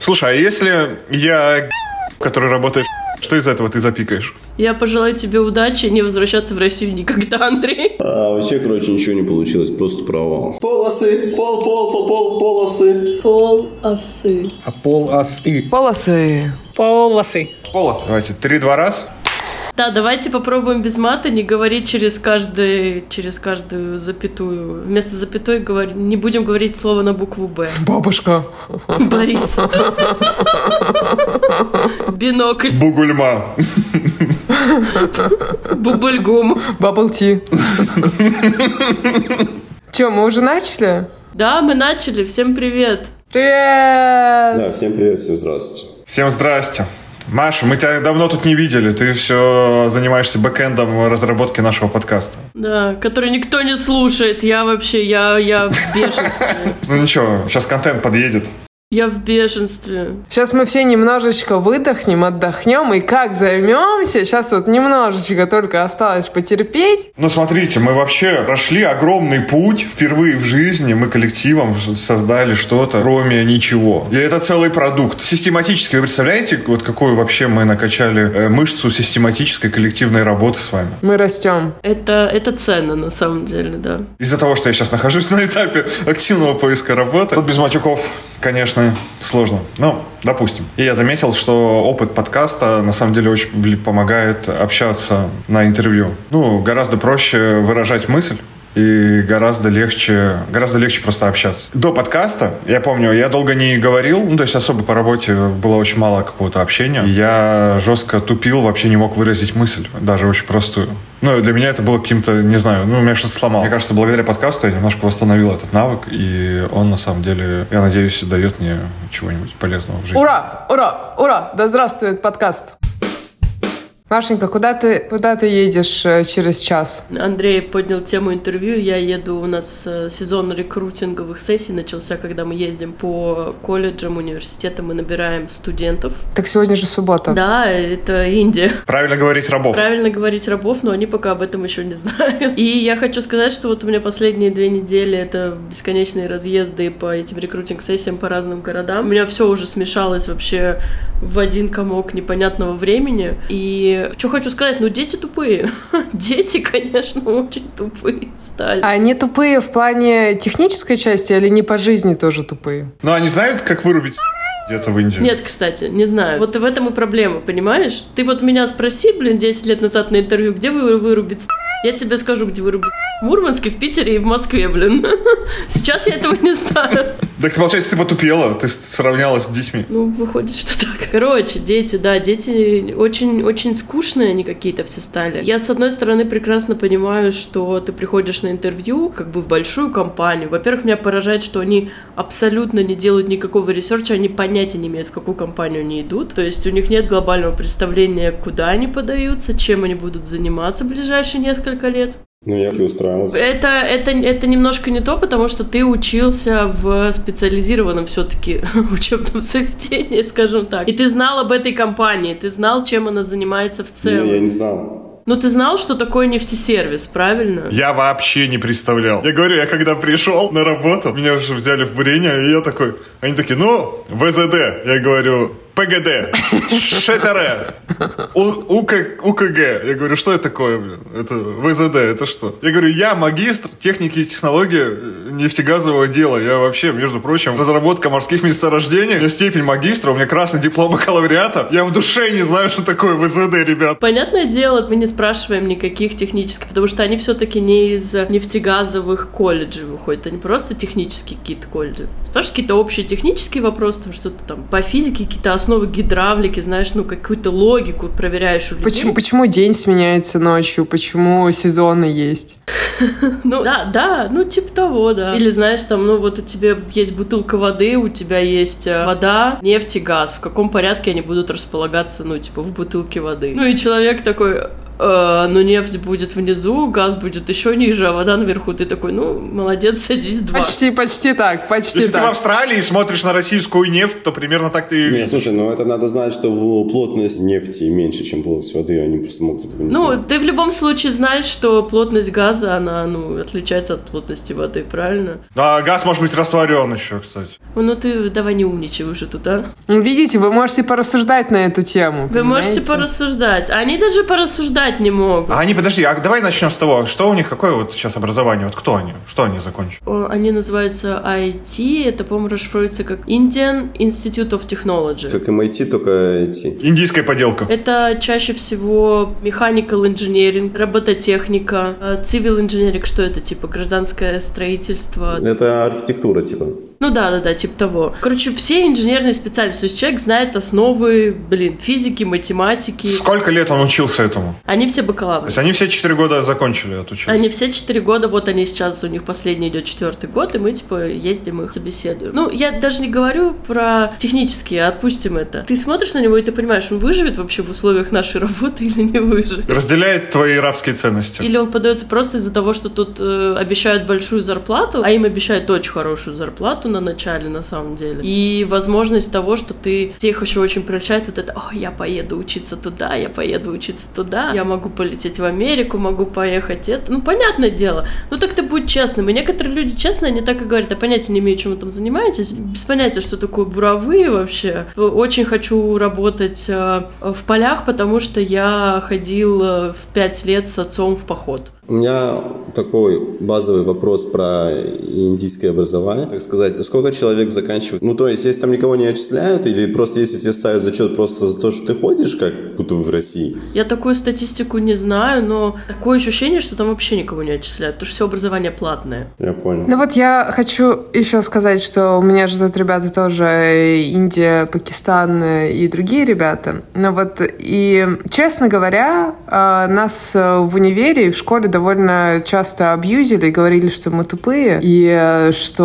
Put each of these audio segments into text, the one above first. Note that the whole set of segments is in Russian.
Слушай, а если я который работает, что из этого ты запикаешь? Я пожелаю тебе удачи, не возвращаться в Россию никогда, Андрей. Вообще, короче, ничего не получилось, просто провал. Полосы, полосы. Полосы. А полосы. Полосы. Давайте, 3-2 раз. Да, давайте попробуем без мата не говорить через каждую запятую. Вместо запятой не будем говорить слово на букву «Б». Бабушка. Борис. Бинокль. Бугульма. Бубльгум. Бабл-ти. Че, мы уже начали? Да, мы начали. Всем привет. Привет! Да, всем привет, всем здравствуйте. Всем здрасте. Маша, мы тебя давно тут не видели. Ты все занимаешься бэкэндом разработки нашего подкаста. Да, который никто не слушает. Я в бешенстве. Ну ничего, сейчас контент подъедет. Я в бешенстве. Сейчас мы все немножечко выдохнем, отдохнем, и как займемся, сейчас вот немножечко только осталось потерпеть. Ну, смотрите, мы вообще прошли огромный путь. Впервые в жизни мы коллективом создали что-то, кроме ничего. И это целый продукт. Систематически, вы представляете, вот какую вообще мы накачали мышцу систематической коллективной работы с вами? Мы растем. Это ценно, на самом деле, да. Из-за того, что я сейчас нахожусь на этапе активного поиска работы, тут без матюков, конечно, сложно. Ну, допустим. И я заметил, что опыт подкаста на самом деле очень помогает общаться на интервью. Ну, гораздо проще выражать мысль. И гораздо легче просто общаться. До подкаста, я помню, я долго не говорил, то есть особо по работе было очень мало какого-то общения. Я жестко тупил, вообще не мог выразить мысль, даже очень простую. Ну, для меня это было каким-то, не знаю, меня что-то сломало. Мне кажется, благодаря подкасту я немножко восстановил этот навык, и он, на самом деле, я надеюсь, дает мне чего-нибудь полезного в жизни. Ура! Да здравствует подкаст! Машенька, куда ты едешь через час? Андрей поднял тему интервью. Я еду, у нас сезон рекрутинговых сессий начался, когда мы ездим по колледжам, университетам и набираем студентов. Так сегодня же суббота. Да, это Индия. Правильно говорить рабов, но они пока об этом еще не знают. И я хочу сказать, что вот у меня последние 2 недели это бесконечные разъезды по этим рекрутинг-сессиям по разным городам. У меня все уже смешалось вообще в один комок непонятного времени. И что хочу сказать, дети тупые. Дети, конечно, очень тупые стали. А они тупые в плане технической части или не по жизни тоже тупые? Ну, они знают, как вырубить где-то в Индии? Нет, кстати, не знаю. Вот в этом и проблема, понимаешь? Ты вот меня спроси, 10 лет назад на интервью, где вы вырубить? Я тебе скажу, где вырубить. В Мурманске, в Питере и в Москве, Сейчас я этого не знаю. Так, получается, ты потупела, ты сравнялась с детьми. Ну, выходит, что так. Короче, дети очень скучные они какие-то все стали. Я, с одной стороны, прекрасно понимаю, что ты приходишь на интервью, как бы в большую компанию. Во-первых, меня поражает, что они абсолютно не делают никакого ресерча, они понятия не имеют, в какую компанию они идут. То есть у них нет глобального представления, куда они подаются, чем они будут заниматься в ближайшие несколько лет. Ну, я бы устраивался. Это немножко не то, потому что ты учился в специализированном все-таки учебном заведении, скажем так. И ты знал об этой компании, ты знал, чем она занимается в целом. Не, я не знал. Ну, ты знал, что такое нефтесервис, правильно? Я вообще не представлял. Я говорю, я когда пришел на работу, меня уже взяли в бурение, и я такой... Они такие, ВЗД. Я говорю... ПГД, ШТР, УКГ. Я говорю, что это такое, Это ВЗД, это что? Я говорю, я магистр техники и технологии нефтегазового дела. Я вообще, между прочим, разработка морских месторождений. У меня степень магистра, у меня красный диплом бакалавриата. Я в душе не знаю, что такое ВЗД, ребят. Понятное дело, мы не спрашиваем никаких технических, потому что они все-таки не из нефтегазовых колледжей выходят. Они просто технические какие-то колледжи. Спрашиваешь какие-то общие технические вопросы, там что-то там по физике, какие-то основы гидравлики, знаешь, какую-то логику проверяешь у людей. Почему день сменяется ночью? Почему сезоны есть? Типа того, да. Или знаешь, у тебя есть бутылка воды, у тебя есть вода, нефть и газ. В каком порядке они будут располагаться, в бутылке воды? И человек такой... но нефть будет внизу, газ будет еще ниже, а вода наверху. Ты такой, ну, молодец, садись 2. Почти так. Если ты в Австралии смотришь на российскую нефть, то примерно так ты и видишь. Нет, слушай, ну это надо знать, что плотность нефти меньше, чем плотность воды, они просто могут этого не знать. Ну, ты в любом случае знаешь, что плотность газа, она, отличается от плотности воды, правильно? А газ может быть растворен еще, кстати. Ну, ты давай не умничай уже тут, а? Видите, вы можете порассуждать на эту тему. Вы можете порассуждать. Они даже порассуждать не могут. А они, подожди, давай начнем с того, что у них, какое вот сейчас образование, вот кто они, что они закончили? Они называются IT, это, по-моему, расшифруется как Indian Institute of Technology. Как MIT, только IT. Индийская поделка. Это чаще всего mechanical engineering, робототехника, civil engineering, что это, типа гражданское строительство. Это архитектура, типа. Ну да, типа того. Короче, все инженерные специальности. То есть человек знает основы, физики, математики. Сколько лет он учился этому? Они все бакалавры. То есть они все 4 года закончили отучение? Они все 4 года, вот они сейчас, у них последний идет 4-й год, и мы, ездим и собеседуем. Ну, я даже не говорю про технические, отпустим это. Ты смотришь на него, и ты понимаешь, он выживет вообще в условиях нашей работы или не выживет. Разделяет твои рабские ценности. Или он подается просто из-за того, что тут обещают большую зарплату, а им обещают очень хорошую зарплату на начале, на самом деле. И возможность того, что всех еще очень прельщает вот это, я поеду учиться туда, я могу полететь в Америку, могу поехать это. Ну, понятное дело. Ну, так ты будь честным. И некоторые люди честные, они так и говорят, понятия не имею, чем вы там занимаетесь. Без понятия, что такое буровые вообще. Очень хочу работать в полях, потому что я ходил в 5 лет с отцом в поход. У меня такой базовый вопрос про индийское образование. Так сказать, сколько человек заканчивает? Ну, то есть, если там никого не отчисляют, или просто если тебе ставят зачет просто за то, что ты ходишь, как будто в России? Я такую статистику не знаю, но такое ощущение, что там вообще никого не отчисляют, потому что все образование платное. Я понял. Ну вот я хочу еще сказать, что у меня ждут ребята тоже Индия, Пакистан и другие ребята. Но вот и, честно говоря, нас в универе и в школе довольно часто абьюзили и говорили, что мы тупые, и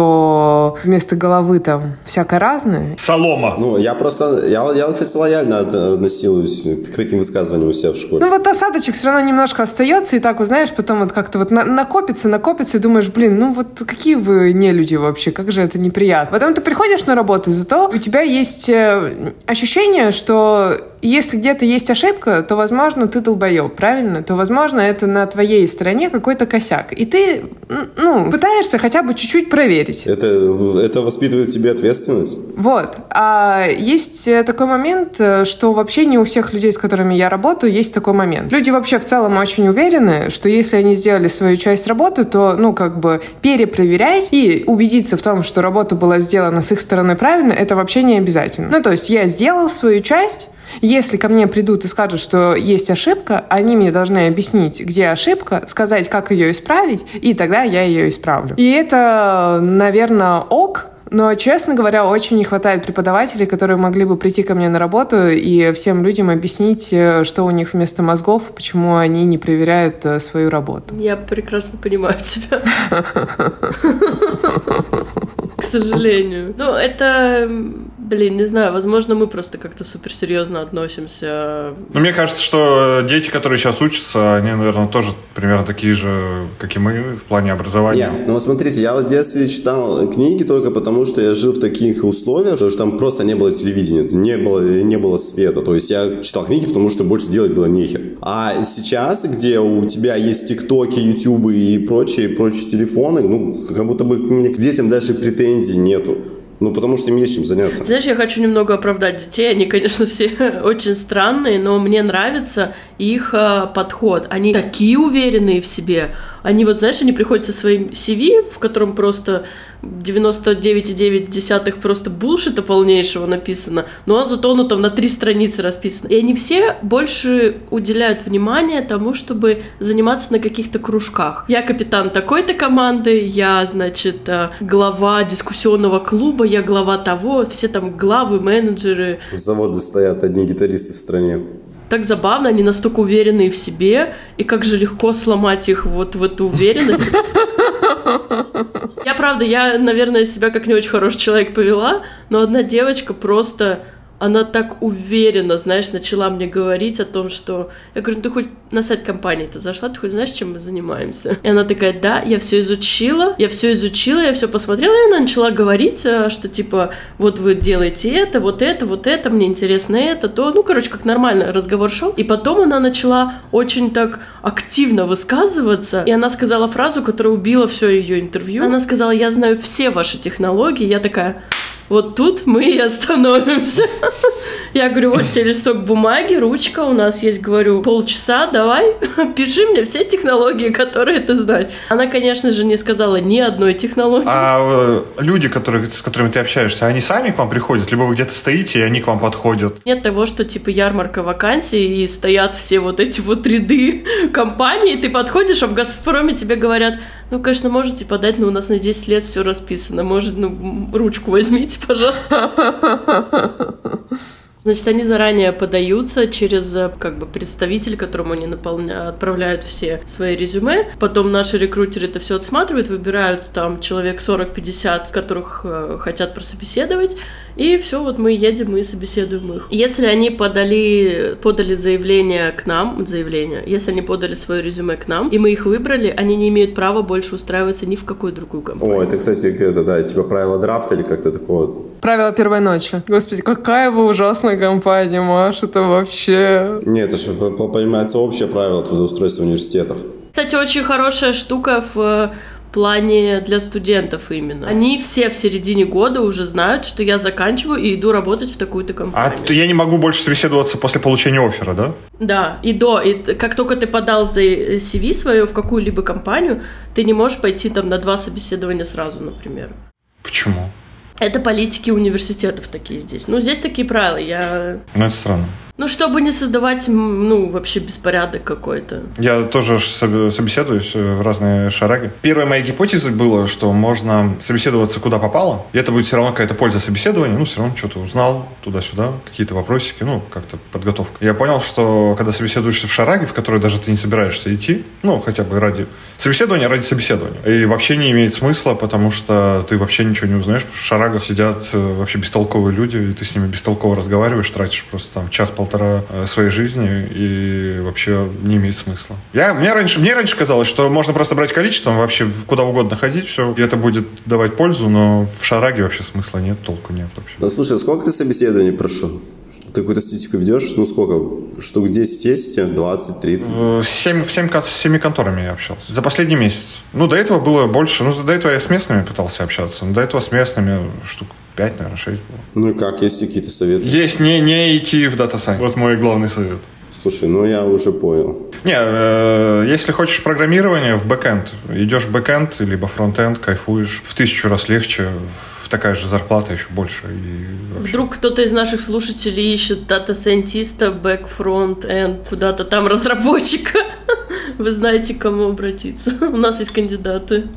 что вместо головы там всякое разное. Солома. Ну, я, кстати, лояльно относилась к таким высказываниям у себя в школе. Ну, вот осадочек все равно немножко остается, и так, вот знаешь, потом вот как-то вот накопится, и думаешь, ну вот какие вы нелюди вообще, как же это неприятно. Потом ты приходишь на работу, зато у тебя есть ощущение, что если где-то есть ошибка, то, возможно, ты долбоеб, правильно? То, возможно, это на твоей стороне какой-то косяк. И ты, пытаешься хотя бы чуть-чуть проверить. Это воспитывает в тебе ответственность? Вот. А есть такой момент, что вообще не у всех людей, с которыми я работаю, есть такой момент. Люди вообще в целом очень уверены, что если они сделали свою часть работы, то, перепроверять и убедиться в том, что работа была сделана с их стороны правильно, это вообще не обязательно. Ну, то есть я сделал свою часть. Если ко мне придут и скажут, что есть ошибка, они мне должны объяснить, где ошибка, сказать, как ее исправить, и тогда я ее исправлю. И это, наверное, ок. Но, честно говоря, очень не хватает преподавателей, которые могли бы прийти ко мне на работу и всем людям объяснить, что у них вместо мозгов, почему они не проверяют свою работу. Я прекрасно понимаю тебя. К сожалению. Это, не знаю, возможно, мы просто как-то суперсерьезно относимся. Мне кажется, что дети, которые сейчас учатся, они, наверное, тоже примерно такие же, как и мы, в плане образования. Нет, вот смотрите, я в детстве читал книги только потому, что я жил в таких условиях, что там просто не было телевидения, не было света. То есть я читал книги, потому что больше делать было нехер. А сейчас, где у тебя есть тиктоки, ютубы и прочие телефоны, как будто бы к детям даже претензий нету. Потому что им есть чем заняться. Знаешь, я хочу немного оправдать детей. Они, конечно, все очень странные, но мне нравится их подход. Они такие уверенные в себе. Они они приходят со своим CV, в котором просто 99,9 просто булшита полнейшего написано, но зато оно там на 3 страницы расписано. И они все больше уделяют внимание тому, чтобы заниматься на каких-то кружках. Я капитан такой-то команды, я, глава дискуссионного клуба, я глава того, все там главы, менеджеры. Заводы стоят, одни гитаристы в стране. Так забавно, они настолько уверенные в себе, и как же легко сломать их вот в эту уверенность. Я, наверное, себя как не очень хороший человек повела, но одна девочка просто она так уверенно, знаешь, начала мне говорить о том, что... Я говорю, ну ты хоть на сайт компании-то зашла, ты хоть знаешь, чем мы занимаемся? И она такая, да, я все изучила, я все посмотрела, и она начала говорить, что типа, вот вы делаете это, вот это, мне интересно это, то... Ну, короче, как нормально разговор шел. И потом она начала очень так активно высказываться, и она сказала фразу, которая убила все ее интервью. Она сказала, я знаю все ваши технологии. Я такая... Вот тут мы и остановимся. Я говорю, вот тебе листок бумаги, ручка, у нас есть, говорю, полчаса, давай, пиши мне все технологии, которые ты знаешь. Она, конечно же, не сказала ни одной технологии. А люди, с которыми ты общаешься, они сами к вам приходят? Либо вы где-то стоите, и они к вам подходят? Нет того, что типа ярмарка вакансий, и стоят все вот эти вот ряды компаний, ты подходишь, а в «Газпроме» тебе говорят, ну, конечно, можете подать, но у нас на 10 лет все расписано, может, ручку возьмите, пожалуйста. Значит, они заранее подаются через как бы представителя, которому они отправляют все свои резюме. Потом наши рекрутеры это все отсматривают, выбирают там человек 40-50, которых хотят прособеседовать. И все, вот мы едем и собеседуем их. Если они подали заявление к нам, если они подали свое резюме к нам, и мы их выбрали, они не имеют права больше устраиваться ни в какую другую компанию. О, это, кстати, типа правило драфта или как-то такое. Правило первой ночи. Господи, какая вы ужасная компания, Маш, это вообще... Нет, это же, понимается, общее правило трудоустройства в университетах. Кстати, очень хорошая штука в плане для студентов именно. Они все в середине года уже знают, что я заканчиваю и иду работать в такую-то компанию. А я не могу больше собеседоваться после получения оффера, да? Да, и как только ты подал за CV свое в какую-либо компанию, ты не можешь пойти там на 2 собеседования сразу, например. Почему? Это политики университетов такие здесь. Ну, здесь такие правила, Ну, это странно. Ну, чтобы не создавать, вообще беспорядок какой-то. Я тоже собеседуюсь в разные шараги. Первая моя гипотеза была, что можно собеседоваться куда попало, и это будет все равно какая-то польза собеседования. Все равно что-то узнал туда-сюда, какие-то вопросики, как-то подготовка. Я понял, что когда собеседуешься в шараге, в который даже ты не собираешься идти, хотя бы ради собеседования, и вообще не имеет смысла, потому что ты вообще ничего не узнаешь, потому что в шарагах сидят вообще бестолковые люди, и ты с ними бестолково разговариваешь, тратишь просто там час-полтора своей жизни, и вообще не имеет смысла. Мне раньше казалось, что можно просто брать количеством, вообще куда угодно ходить, все, и это будет давать пользу, но в шараге вообще смысла нет, толку нет вообще. Да, слушай, сколько ты собеседований прошел? Ты какую-то статистику ведешь? Сколько? Штук 10 есть? 20, 30? С 7 конторами я общался. За последний месяц. До этого было больше. До этого я с местными пытался общаться. До этого с местными штук 5, наверное, 6 было. Ну и как? Есть какие-то советы? Есть не идти в Data Science. Вот мой главный совет. Слушай, я уже понял. Если хочешь программирование, в бэкэнд. Идешь в бэкэнд, либо фронтенд, кайфуешь. В 1000 раз легче, такая же зарплата, еще больше. И вообще... Вдруг кто-то из наших слушателей ищет дата-сайентиста, бэк-фронт-энд, куда-то там разработчика. Вы знаете, к кому обратиться. У нас есть кандидаты.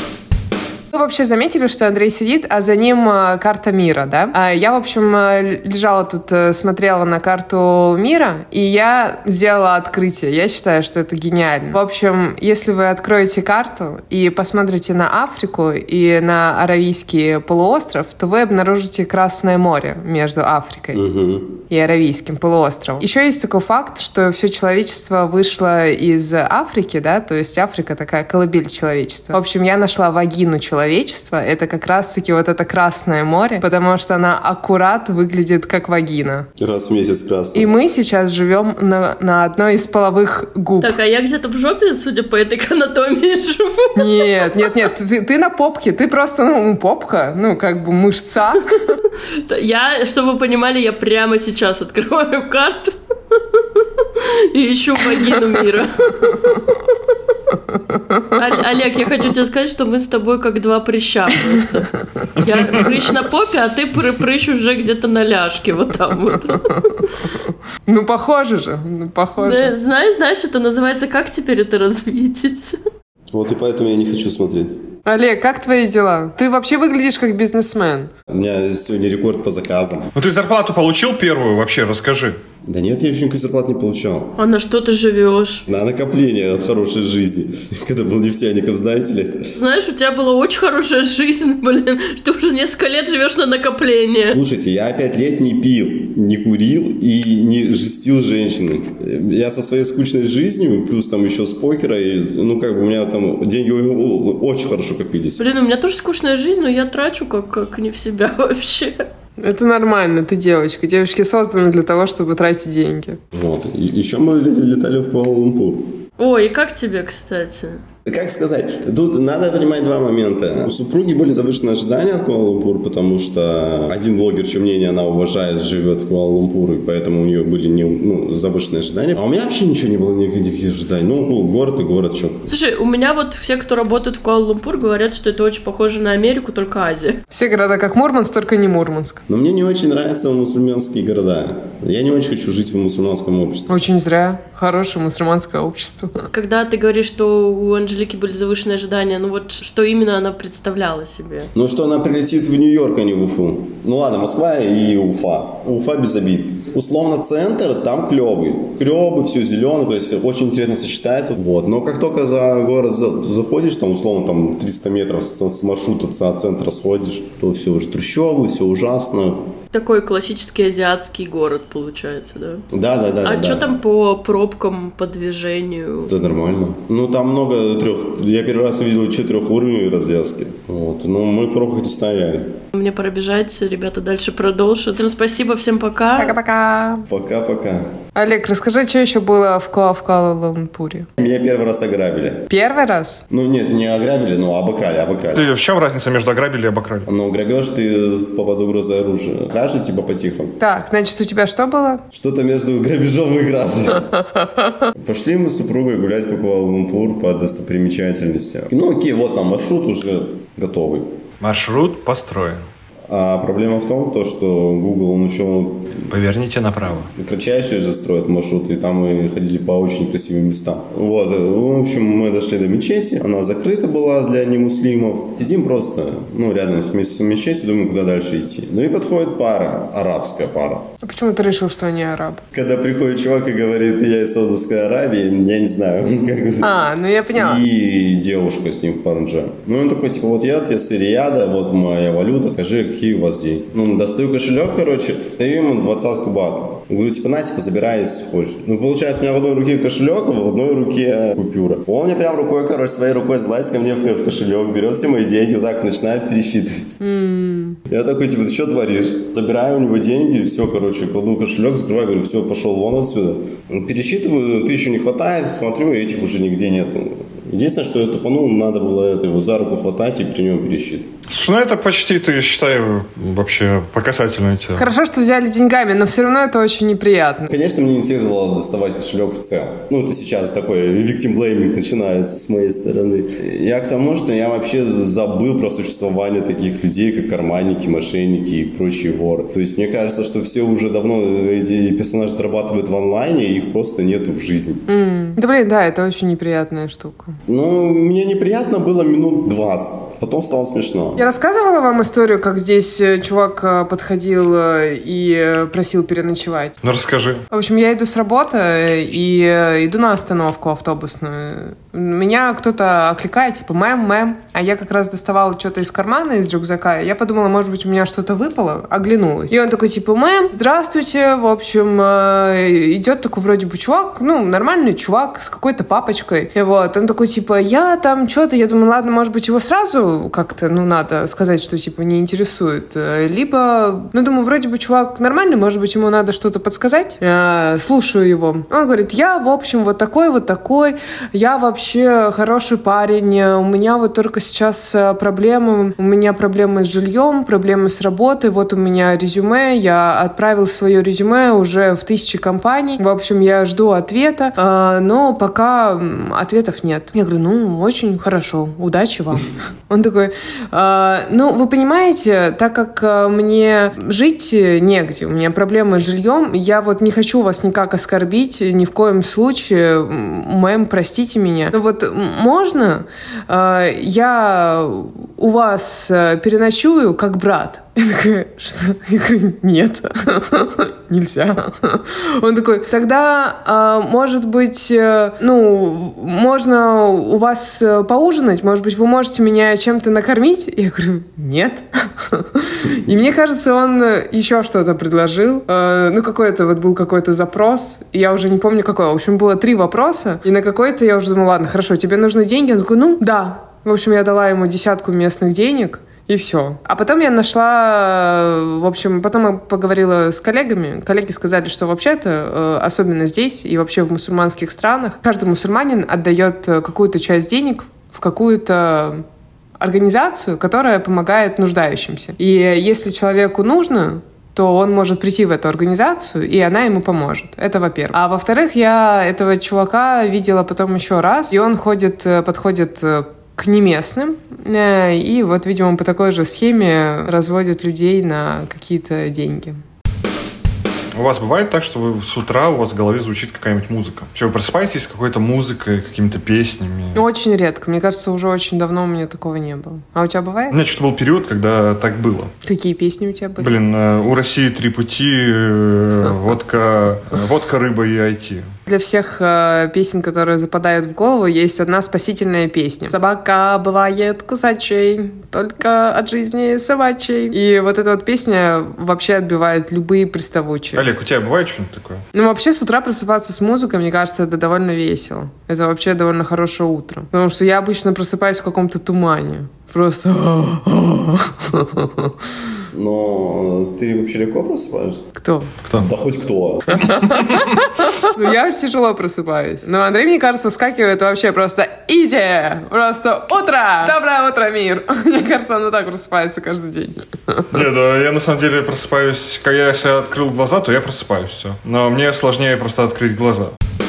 Вы вообще заметили, что Андрей сидит, а за ним карта мира, да? Я, в общем, лежала тут, смотрела на карту мира, и я сделала открытие. Я считаю, что это гениально. В общем, если вы откроете карту и посмотрите на Африку и на Аравийский полуостров, то вы обнаружите Красное море между Африкой и Аравийским полуостровом. Еще есть такой факт, что все человечество вышло из Африки, да, то есть Африка такая колыбель человечества. В общем, я нашла вагину человечества, это как раз-таки вот это Красное море, потому что она аккурат выглядит как вагина. Раз в месяц красный. И мы сейчас живем на одной из половых губ. Так, а я где-то в жопе, судя по этой анатомии, живу? Нет, ты на попке, ты просто, попка, как бы мышца. Я, чтобы вы понимали, я прямо сейчас открываю карту и ищу вагину мира. Олег, я хочу тебе сказать, что мы с тобой как два прыща просто. Я прыщ на попе, а ты прыщ уже где-то на ляжке, вот там вот. Похоже же, похоже. Да, знаешь, это называется, как теперь это развидеть? Вот и поэтому я не хочу смотреть. Олег, как твои дела? Ты вообще выглядишь как бизнесмен. У меня сегодня рекорд по заказам. Ну ты зарплату получил первую вообще, расскажи. Да нет, я еще никакой зарплаты не получал. А на что ты живешь? На накопление от хорошей жизни. Когда был нефтяником, знаете ли. Знаешь, у тебя была очень хорошая жизнь, блин. Ты уже несколько лет живешь на накопление. Слушайте, я 5 лет не пил, не курил и не жестил женщины. Я со своей скучной жизнью, плюс там еще с покера, и, ну как бы у меня там деньги очень хорошо копились. Блин, у меня тоже скучная жизнь, но я трачу как не в себя вообще. Это нормально, ты девочка. Девочки созданы для того, чтобы тратить деньги. Вот. И еще мы летали в Куала-Лумпур. Ой, и как тебе, кстати? Как сказать? Тут надо понимать два момента. У супруги были завышенные ожидания от Куала-Лумпур, потому что один блогер, чье мнение она уважает, живет в Куала-Лумпур, и поэтому у нее были завышенные ожидания. А у меня вообще ничего не было, никаких ожиданий. Ну, город и город, что. Слушай, у меня вот все, кто работает в Куала-Лумпур, говорят, что это очень похоже на Америку, только Азия. Все города как Мурманск, только не Мурманск. Но мне не очень нравятся мусульманские города. Я не очень хочу жить в мусульманском обществе. Очень зря. Хорошее мусульманское общество. Когда ты говоришь, что у Анжелики были завышенные ожидания, ну вот что именно она представляла себе? Ну, что она прилетит в Нью-Йорк, а не в Уфу. Ну ладно, Москва и Уфа. Уфа без обид. Условно центр там клевый. Клевый, все зеленый, то есть очень интересно сочетается. Вот. Но как только за город заходишь, там условно там 300 метров с маршрута от центра сходишь, то все уже трущобы, все ужасно. Такой классический азиатский город получается, да? Да. А что там по пробкам, по движению? Это нормально. Ну, там много Я первый раз увидел 4-уровневые развязки. Вот. Но мы в пробках не стояли. Мне пора бежать, ребята дальше продолжат. Всем спасибо, всем пока. Пока-пока. Пока-пока. Олег, расскажи, что еще было в Куала-Лумпуре? Меня первый раз ограбили. Первый раз? Ну, нет, не ограбили, но обокрали. Ты в чем разница между ограбили и обокрали? Ну, грабеж, ты под угрозой оружия. Кража типа по-тихому. Так, значит, у тебя что было? Что-то между грабежом и кражей. Пошли мы с супругой гулять по Куала-Лумпур по достопримечательностям. Ну, окей, вот нам маршрут уже готовый. Маршрут построен. А проблема в том, что Google, он еще... Поверните направо. Кратчайшие же строят маршруты, и там мы ходили по очень красивым местам. Вот, в общем, мы дошли до мечети, она закрыта была для немуслимов. Сидим просто, рядом с мечетью, думаем, куда дальше идти. Ну и подходит пара, арабская пара. А почему ты решил, что они арабы? Когда приходит чувак и говорит, я из Саудовской Аравии, я не знаю. Я поняла. И девушка с ним в паранже. Ну он такой, типа, вот я с Рияда, вот моя валюта, скажи, какие у вас деньги. Достаю кошелек, даю ему 20 бат. Говорю, забирай, если хочешь. Получается, у меня в одной руке кошелек, а в одной руке купюра. Он мне прям рукой, своей рукой залазит ко мне в кошелек, берет все мои деньги, вот так начинает пересчитывать. Я такой, ты что творишь? Забираю у него деньги, все, кладу кошелек, закрываю, говорю, все, пошел вон отсюда. Пересчитываю, 1000 не хватает, смотрю, этих уже нигде нету. Единственное, что я тупанул, надо было его за руку хватать и при нем пересчитывать. Слушай, это почти, ты считаю, вообще по касательной тебе. Хорошо, что взяли деньгами, но все равно это очень неприятно. Конечно, мне не следовало доставать кошелек в целом. Это сейчас такой victim blaming начинается с моей стороны. Я к тому, что я вообще забыл про существование таких людей, как карманники, мошенники и прочие воры. То есть мне кажется, что все уже давно эти персонажи зарабатывают в онлайне, и их просто нету в жизни. Да, это очень неприятная штука. Мне неприятно было минут 20. Потом стало смешно. Я рассказывала вам историю, как здесь чувак подходил и просил переночевать? Расскажи. В общем, я иду с работы и иду на остановку автобусную. Меня кто-то окликает, типа, мэм. А я как раз доставала что-то из кармана, из рюкзака. Я подумала, может быть, у меня что-то выпало. Оглянулась. И он такой, типа, мэм, здравствуйте. В общем, идет такой вроде бы чувак, нормальный чувак с какой-то папочкой. И вот, он такой, типа, я там что-то. Я думаю, ладно, может быть, его сразу как-то, надо сказать, что, типа, не интересует. Либо, думаю, вроде бы чувак нормальный, может быть, ему надо что-то подсказать. Слушаю его. Он говорит, я, в общем, вот такой. Я вообще хороший парень. У меня вот только сейчас проблемы. У меня проблемы с жильем, проблемы с работой. Вот у меня резюме. Я отправил свое резюме уже в 1000 компаний. В общем, я жду ответа, но пока ответов нет. Я говорю, очень хорошо. Удачи вам. Он такой, вы понимаете, так как мне жить негде, у меня проблемы с жильем, я вот не хочу вас никак оскорбить, ни в коем случае, мэм, простите меня, Ну вот можно я у вас переночую как брат? Я такая, что? Я говорю, нет, нельзя. Он такой, тогда, может быть, можно у вас поужинать? Может быть, вы можете меня чем-то накормить? Я говорю, нет. И мне кажется, он еще что-то предложил. Какой-то вот был какой-то запрос. Я уже не помню какой. В общем, было 3 вопроса. И на какой-то я уже думала, ладно, хорошо, тебе нужны деньги? Он такой, да. В общем, я дала ему 10 местных денег. И все. А потом я нашла... В общем, потом я поговорила с коллегами. Коллеги сказали, что вообще-то, особенно здесь и вообще в мусульманских странах, каждый мусульманин отдает какую-то часть денег в какую-то организацию, которая помогает нуждающимся. И если человеку нужно, то он может прийти в эту организацию, и она ему поможет. Это во-первых. А во-вторых, я этого чувака видела потом еще раз, и он подходит к неместным, и вот, видимо, по такой же схеме разводят людей на какие-то деньги. У вас бывает так, что вы с утра у вас в голове звучит какая-нибудь музыка? Что, вы просыпаетесь с какой-то музыкой, какими-то песнями? Очень редко. Мне кажется, уже очень давно у меня такого не было. А у тебя бывает? У меня что-то был период, когда так было. Какие песни у тебя были? У России 3 пути, водка, рыба и IT. Для всех песен, которые западают в голову, есть одна спасительная песня. Собака бывает кусачей, только от жизни собачьей. И вот эта вот песня вообще отбивает любые приставучие. Олег, у тебя бывает что-нибудь такое? Вообще с утра просыпаться с музыкой, мне кажется, это довольно весело. Это вообще довольно хорошее утро. Потому что я обычно просыпаюсь в каком-то тумане. Просто... Но ты вообще легко просыпаешься? Кто? Да хоть кто. Я очень тяжело просыпаюсь. Но Андрей, мне кажется, вскакивает вообще просто изи! Просто утро! Доброе утро, мир! Мне кажется, он вот так просыпается каждый день. Нет, я на самом деле просыпаюсь... Когда я открыл глаза, то я просыпаюсь, все. Но мне сложнее просто открыть глаза.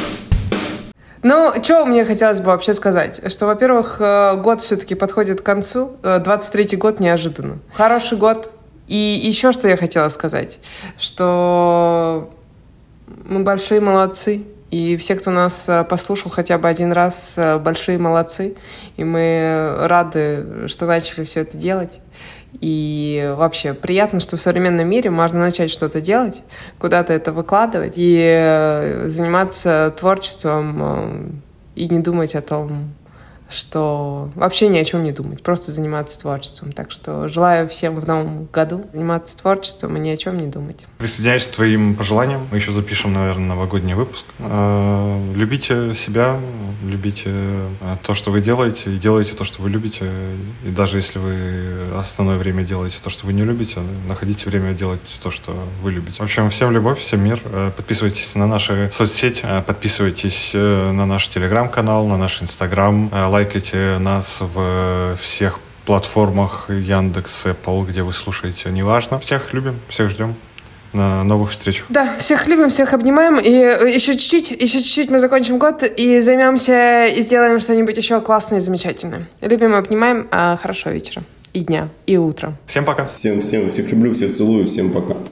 Что мне хотелось бы вообще сказать? Что, во-первых, год все-таки подходит к концу. 23-й год неожиданно. Хороший год. И еще что я хотела сказать, что мы большие молодцы, и все, кто нас послушал хотя бы один раз, большие молодцы, и мы рады, что начали все это делать. И вообще приятно, что в современном мире можно начать что-то делать, куда-то это выкладывать и заниматься творчеством и не думать о том, что вообще ни о чем не думать, просто заниматься творчеством. Так что желаю всем в новом году заниматься творчеством и ни о чем не думать. Присоединяюсь к твоим пожеланиям. Мы еще запишем, наверное, новогодний выпуск. Любите себя, любите то, что вы делаете, и делайте то, что вы любите. И даже если вы основное время делаете то, что вы не любите, находите время делать то, что вы любите. В общем, всем любовь, всем мир. Подписывайтесь на наши соцсети, подписывайтесь на наш телеграм-канал, на наш инстаграм, лайкайте нас в всех платформах Яндекс, Apple, где вы слушаете, неважно. Всех любим, всех ждем. На новых встречах. Да, всех любим, всех обнимаем. И еще чуть-чуть мы закончим год и займемся и сделаем что-нибудь еще классное и замечательное. Любим и обнимаем. Хорошего вечера. И дня, и утра. Всем пока. Всех люблю, всех целую, всем пока.